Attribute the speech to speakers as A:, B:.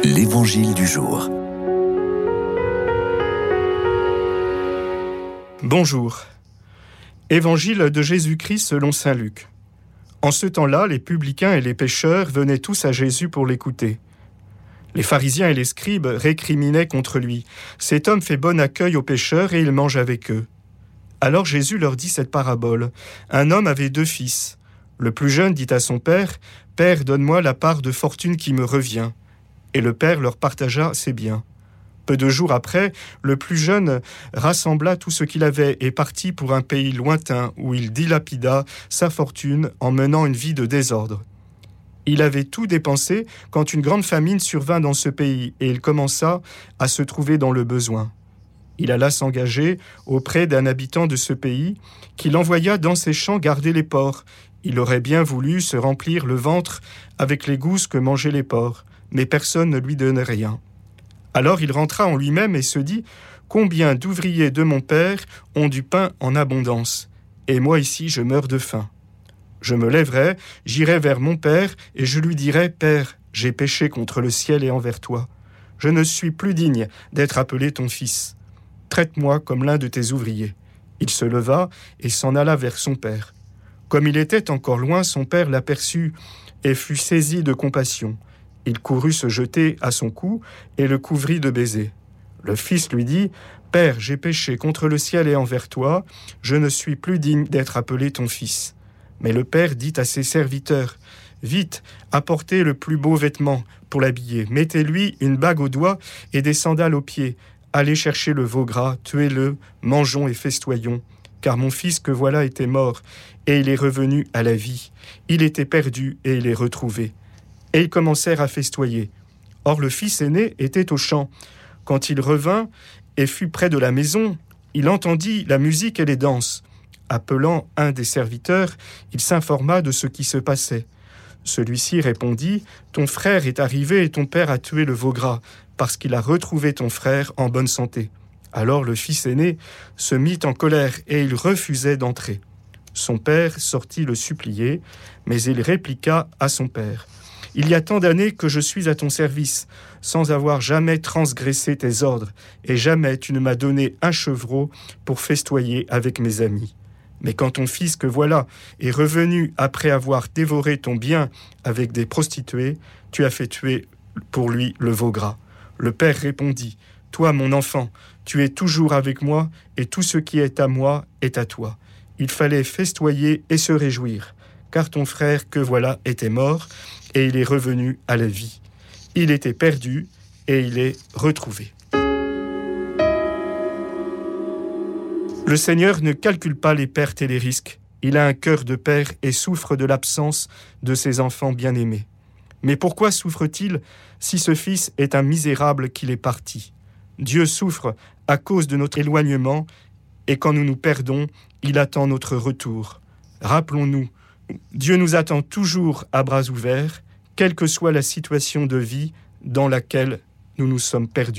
A: L'Évangile du jour.
B: Bonjour. Évangile de Jésus-Christ selon saint Luc. En ce temps-là, les publicains et les pécheurs venaient tous à Jésus pour l'écouter. Les pharisiens et les scribes récriminaient contre lui. Cet homme fait bon accueil aux pécheurs et il mange avec eux. Alors Jésus leur dit cette parabole. Un homme avait 2 fils. Le plus jeune dit à son père, « Père, donne-moi la part de fortune qui me revient. » Et le père leur partagea ses biens. Peu de jours après, le plus jeune rassembla tout ce qu'il avait et partit pour un pays lointain où il dilapida sa fortune en menant une vie de désordre. Il avait tout dépensé quand une grande famine survint dans ce pays et il commença à se trouver dans le besoin. Il alla s'engager auprès d'un habitant de ce pays qui l'envoya dans ses champs garder les porcs. Il aurait bien voulu se remplir le ventre avec les gousses que mangeaient les porcs, mais personne ne lui donnait rien. Alors il rentra en lui-même et se dit « Combien d'ouvriers de mon père ont du pain en abondance, et moi ici je meurs de faim. Je me lèverai, j'irai vers mon père, et je lui dirai « Père, j'ai péché contre le ciel et envers toi. Je ne suis plus digne d'être appelé ton fils. Traite-moi comme l'un de tes ouvriers. » Il se leva et s'en alla vers son père. Comme il était encore loin, son père l'aperçut et fut saisi de compassion. Il courut se jeter à son cou et le couvrit de baisers. Le fils lui dit « Père, j'ai péché contre le ciel et envers toi, je ne suis plus digne d'être appelé ton fils. » Mais le père dit à ses serviteurs « Vite, apportez le plus beau vêtement pour l'habiller, mettez-lui une bague au doigt et des sandales aux pieds. Allez chercher le veau gras, tuez-le, mangeons et festoyons. Car mon fils que voilà était mort, et il est revenu à la vie. Il était perdu et il est retrouvé. » Et ils commencèrent à festoyer. Or le fils aîné était au champ. Quand il revint et fut près de la maison, il entendit la musique et les danses. Appelant un des serviteurs, il s'informa de ce qui se passait. Celui-ci répondit « Ton frère est arrivé et ton père a tué le veau gras, parce qu'il a retrouvé ton frère en bonne santé. » Alors le fils aîné se mit en colère et il refusait d'entrer. Son père sortit le supplier, mais il répliqua à son père « Il y a tant d'années que je suis à ton service, sans avoir jamais transgressé tes ordres, et jamais tu ne m'as donné un chevreau pour festoyer avec mes amis. Mais quand ton fils que voilà est revenu après avoir dévoré ton bien avec des prostituées, tu as fait tuer pour lui le veau gras. » Le père répondit « Toi, mon enfant, tu es toujours avec moi, et tout ce qui est à moi est à toi. Il fallait festoyer et se réjouir, car ton frère que voilà était mort, et il est revenu à la vie. Il était perdu, et il est retrouvé. » Le Seigneur ne calcule pas les pertes et les risques. Il a un cœur de père et souffre de l'absence de ses enfants bien-aimés. Mais pourquoi souffre-t-il si ce fils est un misérable qu'il est parti ? Dieu souffre à cause de notre éloignement, et quand nous nous perdons, il attend notre retour. Rappelons-nous, Dieu nous attend toujours à bras ouverts, quelle que soit la situation de vie dans laquelle nous nous sommes perdus.